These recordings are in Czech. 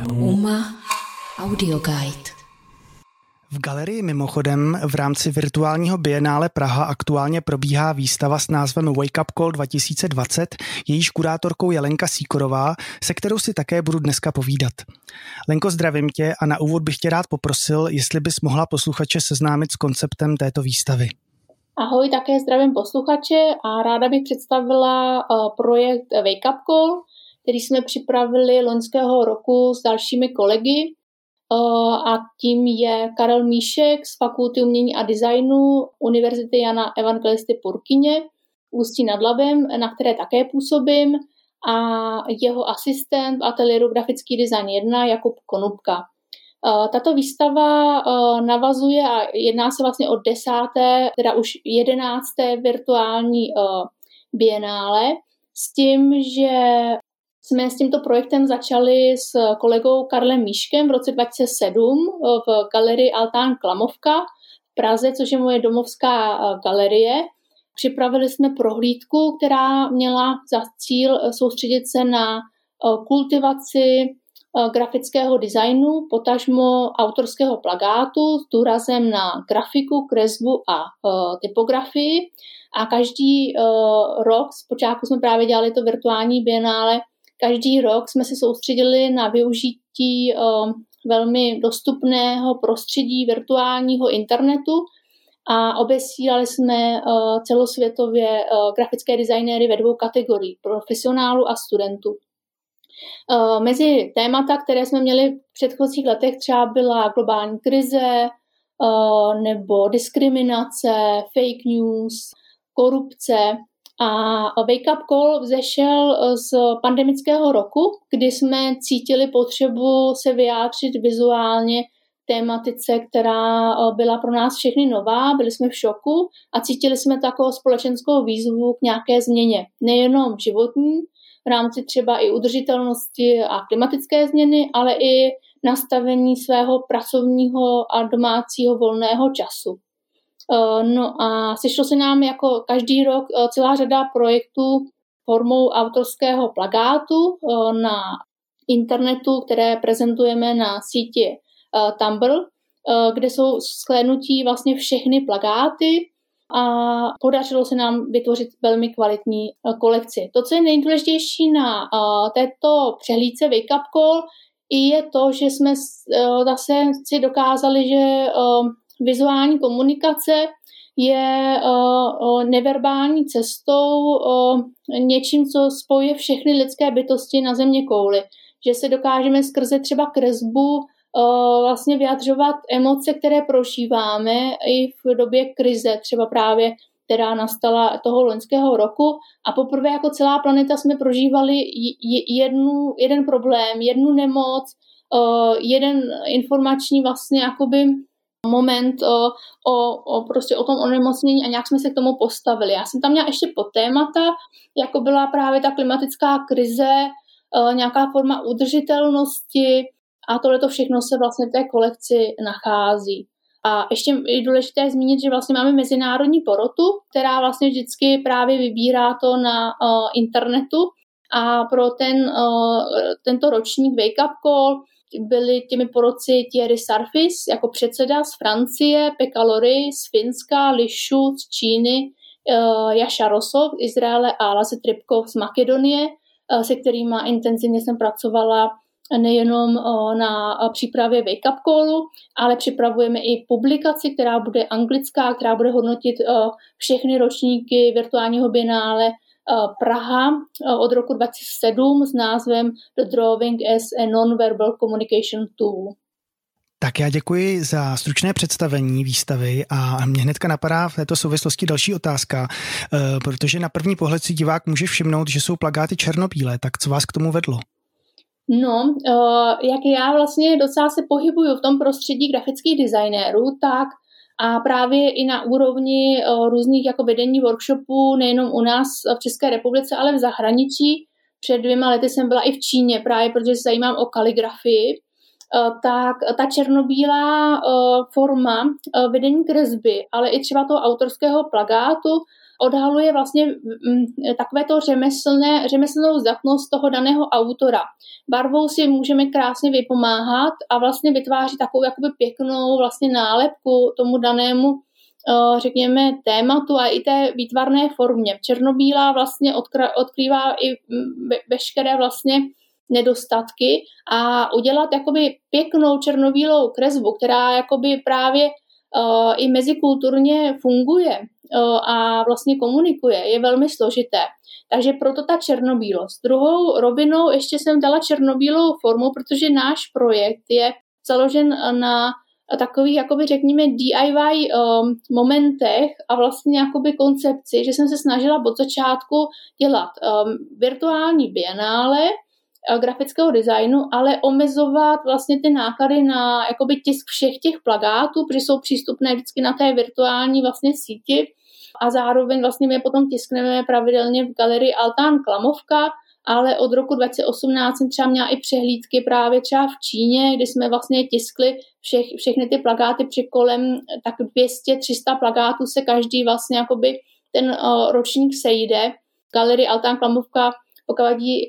UMA Audio Guide. V galerii Mimochodem v rámci virtuálního Bienále Praha aktuálně probíhá výstava s názvem Wake Up Call 2020, jejíž kurátorkou je Lenka Sýkorová, se kterou si také budu dneska povídat. Lenko, zdravím tě a na úvod bych tě rád poprosil, jestli bys mohla posluchače seznámit s konceptem této výstavy. Ahoj, také zdravím posluchače a ráda bych představila projekt Wake Up Call, který jsme připravili loňského roku s dalšími kolegy. A tím je Karel Míšek z Fakulty umění a designu Univerzity Jana Evangelisty Purkyně v Ústí nad Labem, na které také působím, a jeho asistent v ateliéru Grafický design 1 Jakub Konupka. Tato výstava navazuje a jedná se vlastně o 10., teda už 11. virtuální bienále, s tím, že jsme s tímto projektem začali s kolegou Karlem Míškem v roce 2007 v galerii Altán Klamovka v Praze, což je moje domovská galerie. Připravili jsme prohlídku, která měla za cíl soustředit se na kultivaci grafického designu, potažmo autorského plakátu s důrazem na grafiku, kresbu a typografii. A každý rok, zpočátku jsme právě dělali to virtuální bienále, každý rok jsme se soustředili na využití velmi dostupného prostředí virtuálního internetu a obesílali jsme celosvětově grafické designéry ve 2 kategoriích, profesionálů a studentů. Mezi témata, které jsme měli v předchozích letech, třeba byla globální krize nebo diskriminace, fake news, korupce. A Wake Up Call vzešel z pandemického roku, kdy jsme cítili potřebu se vyjádřit vizuálně tématice, která byla pro nás všechny nová, byli jsme v šoku a cítili jsme takovou společenskou výzvu k nějaké změně. Nejenom životní, v rámci třeba i udržitelnosti a klimatické změny, ale i nastavení svého pracovního a domácího volného času. No a sešlo se nám jako každý rok celá řada projektů formou autorského plakátu na internetu, které prezentujeme na síti Tumblr, kde jsou shlédnutí vlastně všechny plakáty a podařilo se nám vytvořit velmi kvalitní kolekci. To, co je nejdůležitější na této přehlídce Wake Up Call, je to, že jsme zase si dokázali, že vizuální komunikace je neverbální cestou něčím, co spojuje všechny lidské bytosti na zeměkouli. Že se dokážeme skrze třeba kresbu vlastně vyjadřovat emoce, které prožíváme i v době krize, třeba právě která nastala toho loňského roku. A poprvé jako celá planeta jsme prožívali jeden problém, jednu nemoc, jeden informační vlastně jakoby moment prostě o tom onemocnění a nějak jsme se k tomu postavili. Já jsem tam měla ještě podtémata, jako byla právě ta klimatická krize, nějaká forma udržitelnosti a tohleto všechno se vlastně v té kolekci nachází. A ještě je důležité zmínit, že vlastně máme mezinárodní porotu, která vlastně vždycky právě vybírá to na internetu a pro tento ročník Wake Up Call byli těmi porodci Thierry Sarfis jako předseda z Francie, Pekka Lori z Finska, Lišu z Číny, Jaša Rosov z Izraele a Lasse Trybkov z Makedonie, se kterými intenzivně jsem pracovala nejenom na přípravě Wake Up Callu, ale připravujeme i publikaci, která bude anglická, která bude hodnotit všechny ročníky virtuálního bienále Praha od roku 2007 s názvem The Drawing as a Non-Verbal Communication Tool. Tak já děkuji za stručné představení výstavy a mě hnedka napadá v této souvislosti další otázka, protože na první pohled si divák může všimnout, že jsou plakáty černobílé, tak co vás k tomu vedlo? No, jak já vlastně docela se pohybuju v tom prostředí grafických designérů, tak a právě i na úrovni různých jako vedení workshopů, nejenom u nás v České republice, ale v zahraničí. Před 2 lety jsem byla i v Číně, právě protože se zajímám o kaligrafii. Tak ta černobílá forma vedení kresby, ale i třeba toho autorského plakátu odhaluje vlastně takové to řemeslnou zdatnost toho daného autora. Barvou si můžeme krásně vypomáhat a vlastně vytváří takovou jakoby pěknou vlastně nálepku tomu danému, řekněme, tématu a i té výtvarné formě. Černobílá vlastně odkrývá i veškeré vlastně nedostatky a udělat jakoby pěknou černobílou kresbu, která jakoby právě i mezikulturně funguje a vlastně komunikuje, je velmi složité. Takže proto ta černobílost. Druhou rovinou ještě jsem dala černobílou formu, protože náš projekt je založen na takových, jakoby řekněme, DIY momentech a vlastně jakoby koncepci, že jsem se snažila od začátku dělat virtuální bienále grafického designu, ale omezovat vlastně ty náklady na jakoby tisk všech těch plakátů, protože jsou přístupné vždycky na té virtuální vlastně síti a zároveň vlastně my je potom tiskneme pravidelně v galerii Altán Klamovka, ale od roku 2018 jsem třeba měla i přehlídky právě třeba v Číně, kdy jsme vlastně tiskli všechny ty plakáty při kolem tak 200-300 plakátů se každý vlastně jakoby ten ročník sejde. Galerii Altán Klamovka, pokud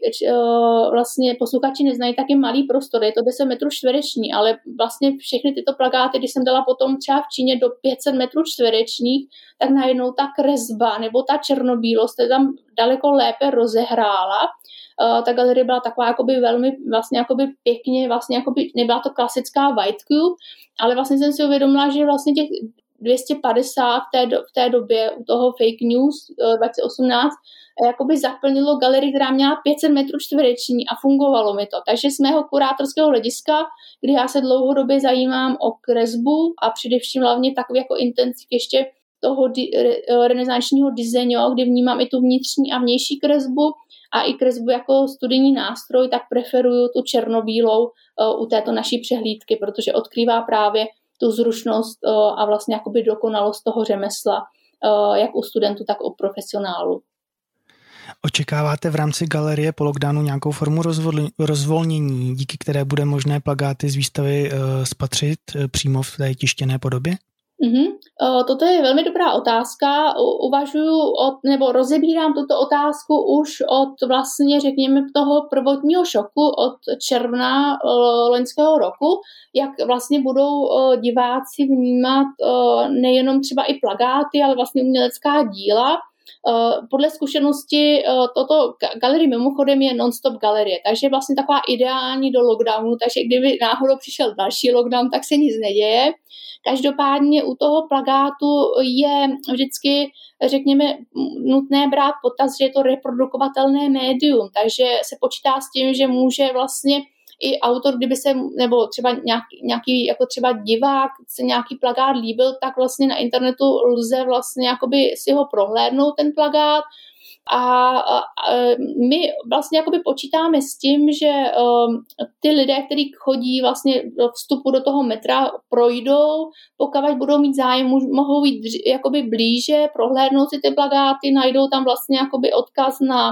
vlastně posluchači neznají, tak je malý prostor, je to 10 metrů čtvereční, ale vlastně všechny tyto plakáty, když jsem dala potom třeba v Číně do 500 metrů čtverečních, tak najednou ta kresba nebo ta černobílost se tam daleko lépe rozehrála. Ta galerie byla taková jakoby velmi vlastně jakoby pěkně, vlastně jakoby nebyla to klasická white cube, ale vlastně jsem si uvědomila, že vlastně těch 250 v té době u toho fake news 2018 jakoby zaplnilo galerii, která měla 500 metrů čtvereční a fungovalo mi to. Takže z mého kurátorského hlediska, kdy já se dlouhodobě zajímám o kresbu a především hlavně takový jako intenziv ještě toho renesančního designu, kdy vnímám i tu vnitřní a vnější kresbu a i kresbu jako studijní nástroj, tak preferuju tu černobílou u této naší přehlídky, protože odkrývá právě tu zručnost a vlastně jakoby dokonalost toho řemesla, jak u studentů, tak u profesionálů. Očekáváte v rámci galerie po lockdownu nějakou formu rozvolnění, díky které bude možné plakáty z výstavy spatřit přímo v té tištěné podobě? Toto je velmi dobrá otázka. Uvažuju nebo rozebírám tuto otázku už od vlastně, řekněme, toho prvotního šoku od června loňského roku, jak vlastně budou diváci vnímat nejenom třeba i plakáty, ale vlastně umělecká díla. Podle zkušenosti toto galerie mimochodem je non-stop galerie, takže vlastně taková ideální do lockdownu, takže kdyby náhodou přišel další lockdown, tak se nic neděje. Každopádně u toho plakátu je vždycky, řekněme, nutné brát potaz, že je to reprodukovatelné médium, takže se počítá s tím, že může vlastně i autor, kdyby se, nebo třeba nějaký jako třeba divák se nějaký plakát líbil, tak vlastně na internetu lze vlastně jakoby si ho prohlédnout ten plakát a my vlastně jakoby počítáme s tím, že ty lidé, kteří chodí vlastně do vstupu do toho metra, projdou, pokud budou mít zájem, mohou jít jakoby blíže, prohlédnout si ty plakáty, najdou tam vlastně jakoby odkaz na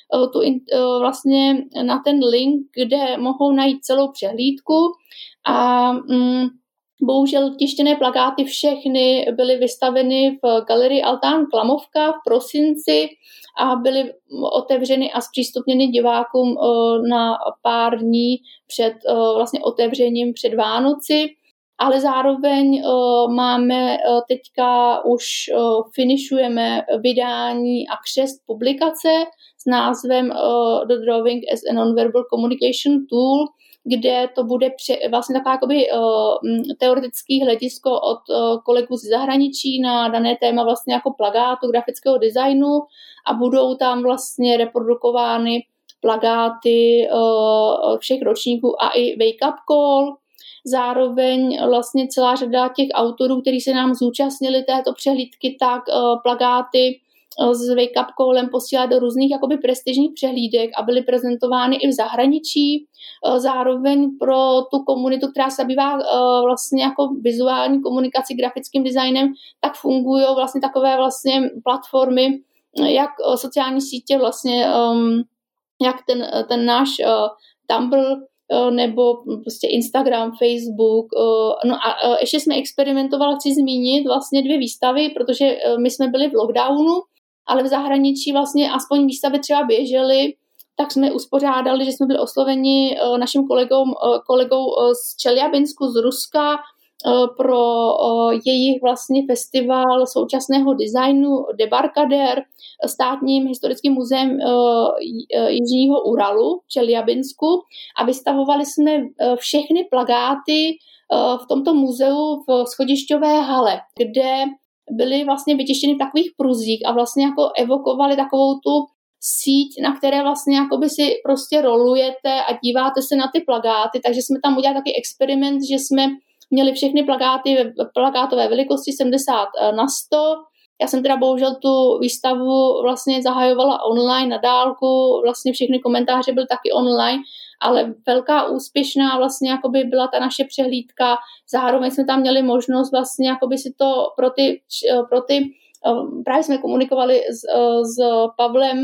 vlastně na ten link, kde mohou najít celou přehlídku a bohužel tištěné plakáty všechny byly vystaveny v galerii Altán Klamovka v prosinci a byly otevřeny a zpřístupněny divákům na pár dní před vlastně otevřením před Vánoci. Ale zároveň máme teďka už finišujeme vydání a křest publikace s názvem The Drawing as a Non-Verbal Communication Tool, kde to bude vlastně taková jakoby teoretický hledisko od kolegů z zahraničí na dané téma vlastně jako plakátu, grafického designu a budou tam vlastně reprodukovány plakáty všech ročníků a i Wake Up Call. Zároveň vlastně celá řada těch autorů, kteří se nám zúčastnili této přehlídky, tak plakáty s Wake Up Callem posílá do různých jakoby prestižních přehlídek a byly prezentovány i v zahraničí. Zároveň pro tu komunitu, která se zabývá vlastně jako vizuální komunikací, grafickým designem, tak fungují vlastně takové vlastně platformy, jak sociální sítě vlastně, jak ten náš Tumblr, nebo prostě Instagram, Facebook. No a ještě jsme experimentovali, chci zmínit vlastně 2 výstavy, protože my jsme byli v lockdownu ale v zahraničí vlastně aspoň výstavy třeba běžely, tak jsme uspořádali, že jsme byli osloveni naším kolegou z Čeljabinsku, z Ruska, pro jejich vlastně festival současného designu Debarkader státním historickým muzeem Jižního Uralu v Čeljabinsku a vystavovali jsme všechny plakáty v tomto muzeu v schodišťové hale, kde byly vlastně vytištěny v takových pruzích a vlastně jako evokovali takovou tu síť, na které vlastně jakoby si prostě rolujete a díváte se na ty plakáty, takže jsme tam udělali takový experiment, že jsme měli všechny plakáty v plakátové velikosti 70x100. Já jsem teda bohužel tu výstavu vlastně zahajovala online na dálku, vlastně všechny komentáře byly taky online, ale velká úspěšná vlastně jakoby byla ta naše přehlídka. Zároveň jsme tam měli možnost vlastně jakoby si to pro ty právě jsme komunikovali s Pavlem,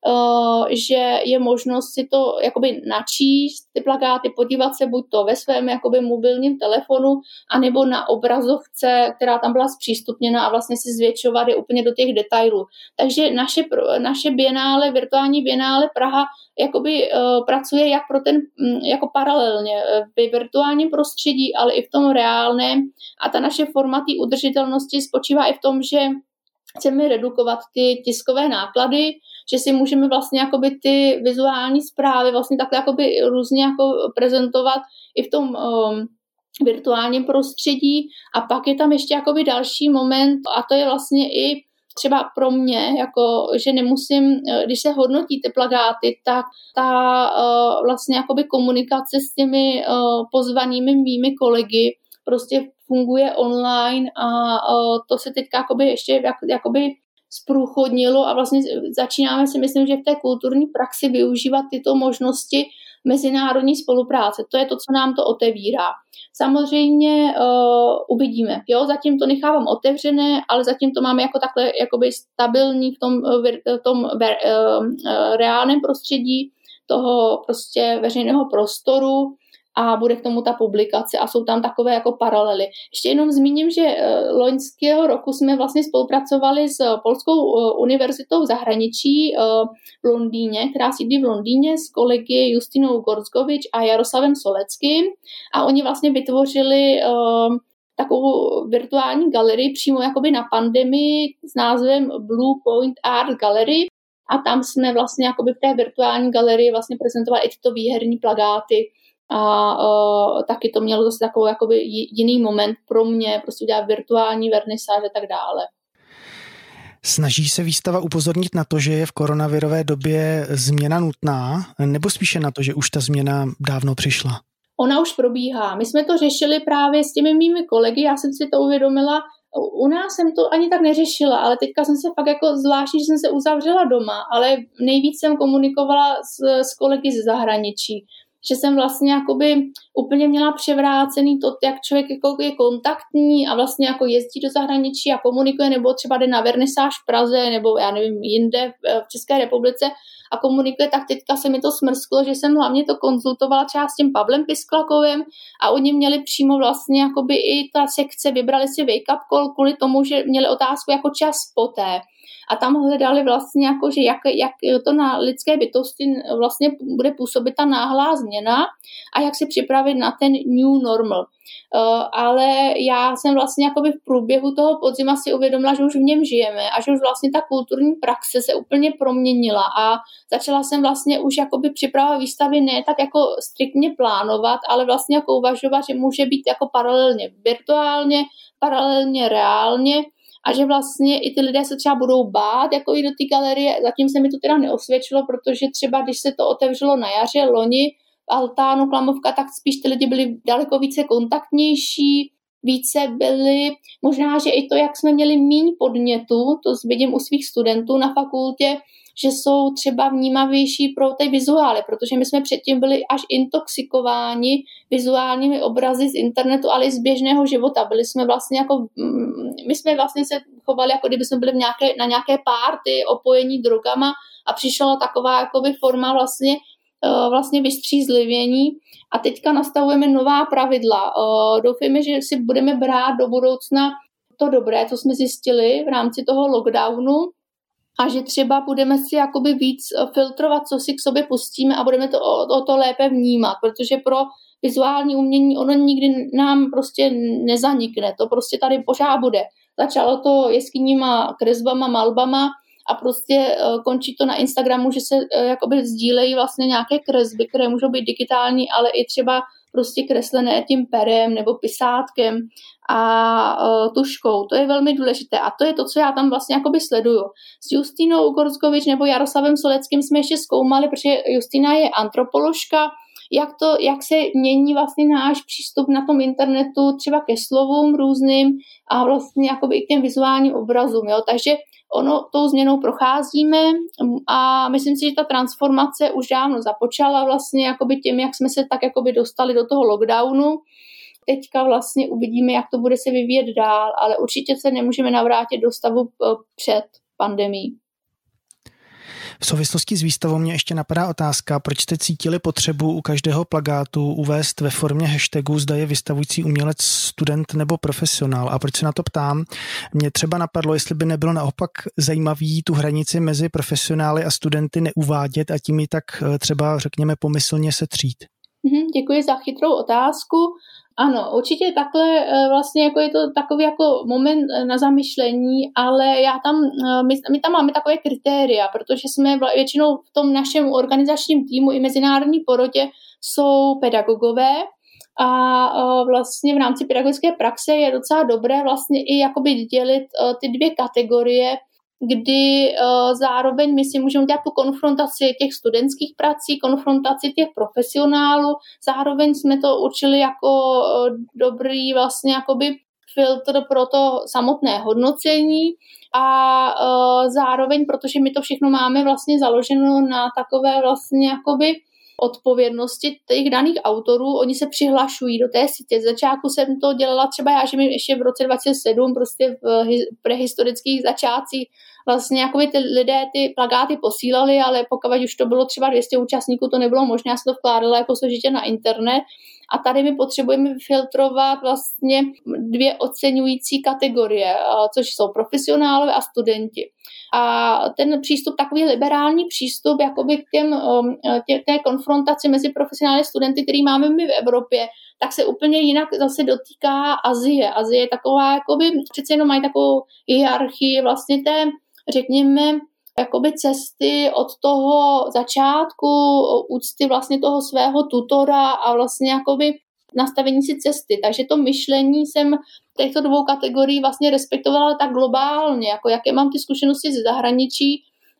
že je možnost si to jakoby načíst, ty plakáty, podívat se buď to ve svém jakoby mobilním telefonu, anebo na obrazovce, která tam byla zpřístupněna a vlastně si zvětšovat je úplně do těch detailů. Takže naše bienále, virtuální bienále Praha jakoby pracuje jak pro ten, jako paralelně v virtuálním prostředí, ale i v tom reálném a ta naše forma té udržitelnosti spočívá i v tom, že chceme redukovat ty tiskové náklady, že si můžeme vlastně jakoby ty vizuální zprávy vlastně takhle jakoby různě jako prezentovat i v tom virtuálním prostředí. A pak je tam ještě jakoby další moment a to je vlastně i třeba pro mě, jako, že nemusím, když se hodnotí ty plakáty, tak ta vlastně jakoby komunikace s těmi pozvanými mými kolegy prostě funguje online a to se teďka jakoby ještě jakoby zprůchodnilo a vlastně začínáme si myslím, že v té kulturní praxi využívat tyto možnosti mezinárodní spolupráce. To je to, co nám to otevírá. Samozřejmě uvidíme. Jo? Zatím to nechávám otevřené, ale zatím to máme jako takhle jakoby stabilní v tom reálném prostředí toho prostě veřejného prostoru a bude k tomu ta publikace a jsou tam takové jako paralely. Ještě jenom zmíním, že loňského roku jsme vlastně spolupracovali s Polskou univerzitou v zahraničí v Londýně, která sídlí v Londýně s kolegy Justinou Gorzgovič a Jaroslavem Soleckým a oni vlastně vytvořili takovou virtuální galerii přímo jakoby na pandemii s názvem Blue Point Art Gallery a tam jsme vlastně jakoby v té virtuální galerii vlastně prezentovali i tyto výherní plakáty. A taky to mělo zase takový jakoby jiný moment pro mě, prostě udělat virtuální vernisáž a tak dále. Snaží se výstava upozornit na to, že je v koronavirové době změna nutná, nebo spíše na to, že už ta změna dávno přišla? Ona už probíhá. My jsme to řešili právě s těmi mými kolegy, já jsem si to uvědomila, u nás jsem to ani tak neřešila, ale teďka jsem se fakt jako zvláštní, že jsem se uzavřela doma, ale nejvíc jsem komunikovala s kolegy ze zahraničí. Že jsem vlastně jakoby úplně měla převrácený to, jak člověk jako je kontaktní a vlastně jako jezdí do zahraničí a komunikuje, nebo třeba jde na vernisáž v Praze, nebo já nevím, jinde v České republice a komunikuje, tak teďka se mi to smrsklo, že jsem hlavně to konzultovala třeba s tím Pavlem Pisklakovem a oni měli přímo vlastně jakoby i ta sekce, vybrali si Wake Up Call kvůli tomu, že měli otázku jako čas poté. A tam hledali vlastně jako, že jak to na lidské bytosti vlastně bude působit ta náhlá změna a jak si připravit na ten new normal. Ale já jsem vlastně jakoby v průběhu toho podzima si uvědomila, že už v něm žijeme a že už vlastně ta kulturní praxe se úplně proměnila a začala jsem vlastně už jakoby připravovat výstavy ne tak jako striktně plánovat, ale vlastně jako uvažovat, že může být jako paralelně virtuálně, paralelně reálně, a že vlastně i ty lidé se třeba budou bát jako jít do té galerie. Zatím se mi to teda neosvědčilo, protože třeba když se to otevřelo na jaře loni v Altánu Klamovka, tak spíš ty lidi byli daleko více kontaktnější, více byli, možná, že i to, jak jsme měli míň podnětů, to vidím u svých studentů na fakultě, že jsou třeba vnímavější pro ty vizuály, protože my jsme předtím byli až intoxikováni vizuálními obrazy z internetu, ale i z běžného života. Byli jsme vlastně jako, my jsme vlastně se chovali, jako kdyby jsme byli na nějaké párty, opojení drogama a přišla taková jakoby forma vlastně vystřízlivění a teďka nastavujeme nová pravidla. Doufejme, že si budeme brát do budoucna to dobré, co jsme zjistili v rámci toho lockdownu, a že třeba budeme si jakoby víc filtrovat, co si k sobě pustíme a budeme to o to lépe vnímat, protože pro vizuální umění ono nikdy nám prostě nezanikne, to prostě tady pořád bude. Začalo to jeskyníma, kresbama, malbama a prostě končí to na Instagramu, že se jakoby sdílejí vlastně nějaké kresby, které můžou být digitální, ale i třeba prostě kreslené tím perem nebo pisátkem a tuškou. To je velmi důležité a to je to, co já tam vlastně jakoby sleduju. S Justinou Gorzgovič nebo Jaroslavem Soleckým jsme ještě zkoumali, protože Justina je antropoložka, jak se mění vlastně náš přístup na tom internetu třeba ke slovům různým a vlastně jakoby i k těm vizuálním obrazům. Jo? Takže tou změnou procházíme a myslím si, že ta transformace už dávno započala vlastně jakoby tím, jak jsme se tak jakoby dostali do toho lockdownu. Teďka vlastně uvidíme, jak to bude se vyvíjet dál, ale určitě se nemůžeme navrátit do stavu před pandemií. V souvislosti s výstavou mě ještě napadá otázka, proč jste cítili potřebu u každého plakátu uvést ve formě hashtagu, zda je vystavující umělec, student nebo profesionál. A proč se na to ptám? Mě třeba napadlo, jestli by nebylo naopak zajímavý tu hranici mezi profesionály a studenty neuvádět a tím ji tak třeba, řekněme, pomyslně setřít. Děkuji za chytrou otázku. Ano, určitě takhle vlastně jako je to takový jako moment na zamyšlení, ale my tam máme takové kritéria, protože jsme většinou v tom našem organizačním týmu i mezinárodní porotě jsou pedagogové a vlastně v rámci pedagogické praxe je docela dobré vlastně i jakoby dělit ty dvě kategorie, kdy zároveň my si můžeme dělat tu konfrontaci těch studentských prací, konfrontaci těch profesionálů, zároveň jsme to určili jako dobrý vlastně jakoby filtr pro to samotné hodnocení a zároveň, protože my to všechno máme vlastně založeno na takové vlastně jakoby odpovědnosti těch daných autorů, oni se přihlašují do té sítě. Z začátku jsem to dělala třeba já, že mi ještě v roce 2007 prostě v prehistorických začátcích vlastně jakoby ty lidé ty plakáty posílali, ale pokud už to bylo třeba 200 účastníků, to nebylo možné, já jsem to vkládala jako složitě na internet. A tady my potřebujeme filtrovat vlastně dvě oceňující kategorie, což jsou profesionálové a studenti. A ten přístup, takový liberální přístup, jakoby k té konfrontaci mezi profesionály a studenty, který máme my v Evropě, tak se úplně jinak zase dotýká Asie. Asie je taková, jakoby, přece jenom mají takovou hierarchii vlastně té, řekněme, jakoby cesty od toho začátku, úcty vlastně toho svého tutora a vlastně jakoby nastavení si cesty. Takže to myšlení jsem těchto dvou kategorií vlastně respektovala tak globálně, jako jaké mám ty zkušenosti ze zahraničí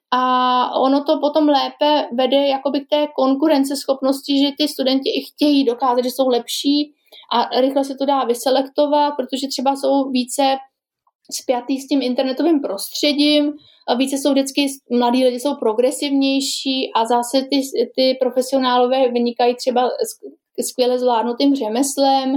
a ono to potom lépe vede jakoby k té konkurenceschopnosti, že ty studenti i chtějí dokázat, že jsou lepší a rychle se to dá vyselektovat, protože třeba jsou více spjatý s tím internetovým prostředím, více jsou vždycky, mladí lidi jsou progresivnější a zase ty profesionálové vynikají třeba skvěle zvládnutým řemeslem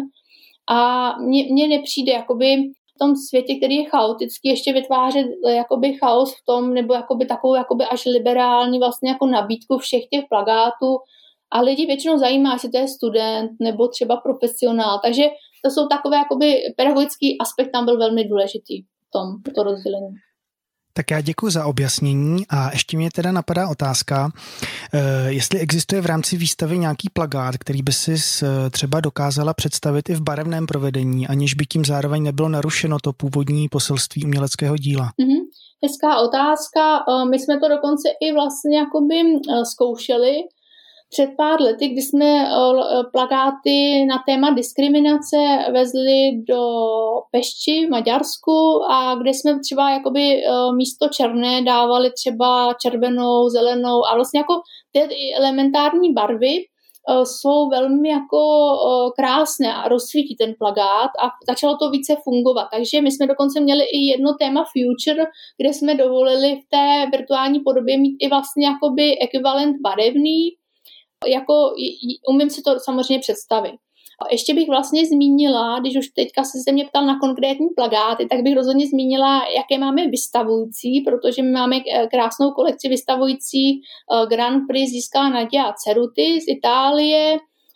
a mně nepřijde jakoby v tom světě, který je chaotický, ještě vytvářet jakoby chaos v tom, nebo jakoby takovou jakoby až liberální vlastně jako nabídku všech těch plakátů a lidi většinou zajímá, jestli to je student nebo třeba profesionál, takže to jsou takové jakoby pedagogický aspekt tam byl velmi důležitý v tom to rozdělení. Tak já děkuji za objasnění a ještě mě teda napadá otázka, jestli existuje v rámci výstavy nějaký plakát, který by si třeba dokázala představit i v barevném provedení, aniž by tím zároveň nebylo narušeno to původní poselství uměleckého díla. Hezká otázka. My jsme to dokonce i vlastně jakoby zkoušeli před pár lety, kdy jsme plakáty na téma diskriminace vezli do Pešti v Maďarsku a kde jsme třeba jakoby místo černé dávali třeba červenou, zelenou a vlastně jako ty elementární barvy jsou velmi jako krásné a rozsvítí ten plakát a začalo to více fungovat. Takže my jsme dokonce měli i jedno téma Future, kde jsme dovolili v té virtuální podobě mít i vlastně jakoby ekvivalent barevný, jako umím si to samozřejmě představit. A ještě bych vlastně zmínila, když už teďka se mě ptal na konkrétní plakáty, tak bych rozhodně zmínila, jaké máme vystavující, protože my máme krásnou kolekci vystavující. Grand Prix získala Nadia Ceruti z Itálie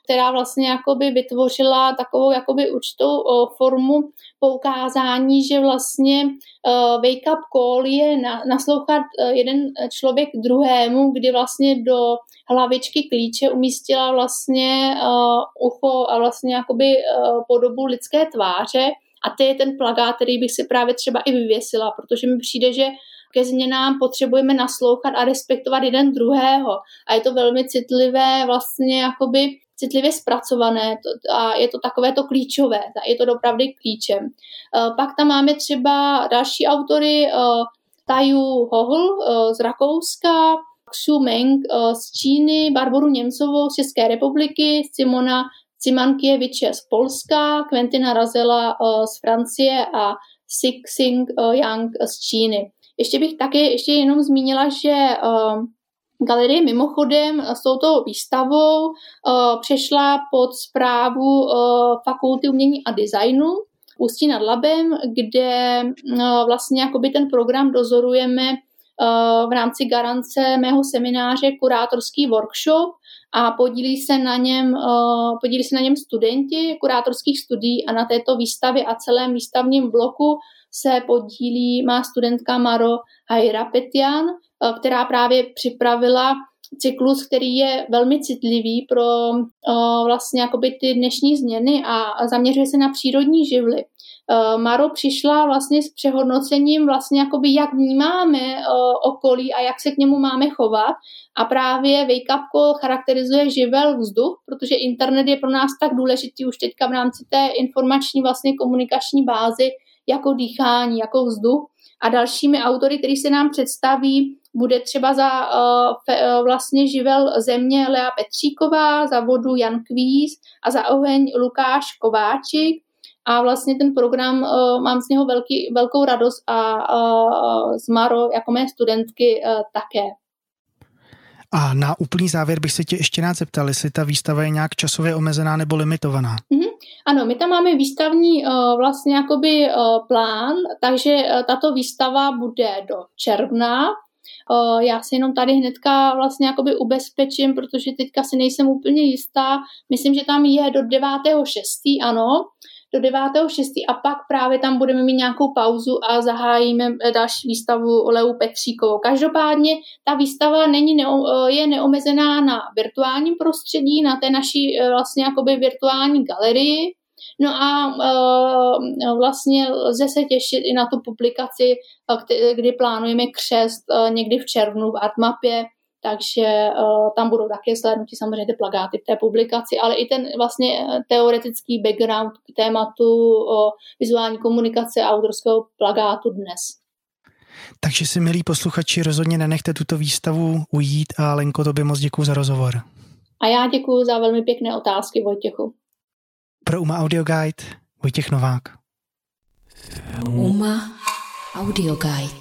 která vlastně jakoby vytvořila takovou jakoby určitou formu poukázání, že vlastně wake up call je naslouchat jeden člověk druhému, kdy vlastně do hlavičky klíče umístila vlastně ucho a vlastně jakoby podobu lidské tváře. A to je ten plakát, který bych si právě třeba i vyvěsila, protože mi přijde, že ke změnám potřebujeme naslouchat a respektovat jeden druhého. A je to velmi citlivé, vlastně jakoby citlivě zpracované a je to takové to klíčové, je to opravdu klíčem. Pak tam máme třeba další autory, Taju Hohl z Rakouska, Xu Meng z Číny, Barboru Němcovou z České republiky, Simona Cimankieviče z Polska, Quentina Razela z Francie a Xing Yang z Číny. Ještě bych taky jenom zmínila, že galerie mimochodem s touto výstavou přešla pod správu Fakulty umění a designu Ústí nad Labem, kde vlastně jakoby ten program dozorujeme v rámci garance mého semináře kurátorský workshop a podílí se na něm studenti kurátorských studií a na této výstavě a celém výstavním bloku se podílí má studentka Maro Hairapetian, která právě připravila cyklus, který je velmi citlivý pro vlastně jakoby ty dnešní změny a zaměřuje se na přírodní živly. Maro přišla vlastně s přehodnocením vlastně jakoby jak vnímáme okolí a jak se k němu máme chovat a právě Wake Up Call charakterizuje živel vzduch, protože internet je pro nás tak důležitý už teďka v rámci té informační vlastně komunikační bázy jako dýchání, jako vzduch a dalšími autory, který se nám představí, bude třeba za vlastně živel země Lea Petříková, za vodu Jan Kvíz a za oheň Lukáš Kováčik. A vlastně ten program, mám z něho velkou radost a z Maro jako mé studentky také. A na úplný závěr bych se tě ještě rád zeptal, jestli ta výstava je nějak časově omezená nebo limitovaná. Ano, my tam máme výstavní vlastně jakoby plán, takže tato výstava bude do června. Já se jenom tady hnedka vlastně jakoby ubezpečím, protože teďka si nejsem úplně jistá. Myslím, že tam je do 9.6., ano, do 9.6. a pak právě tam budeme mít nějakou pauzu a zahájíme další výstavu Leu Petříkovou. Každopádně ta výstava je neomezená na virtuálním prostředí, na té naší vlastně jakoby virtuální galerii. No a vlastně lze se těšit i na tu publikaci, kdy plánujeme křest někdy v červnu v Artmapě, takže tam budou také slednutí samozřejmě ty plakáty v té publikaci, ale i ten vlastně teoretický background k tématu vizuální komunikace a autorského plakátu dnes. Takže si, milí posluchači, rozhodně nenechte tuto výstavu ujít a Lenko, tobě moc děkuju za rozhovor. A já děkuju za velmi pěkné otázky, Vojtěchu. Pro UMA Audio Guide Vojtěch Novák. UMA Audio Guide.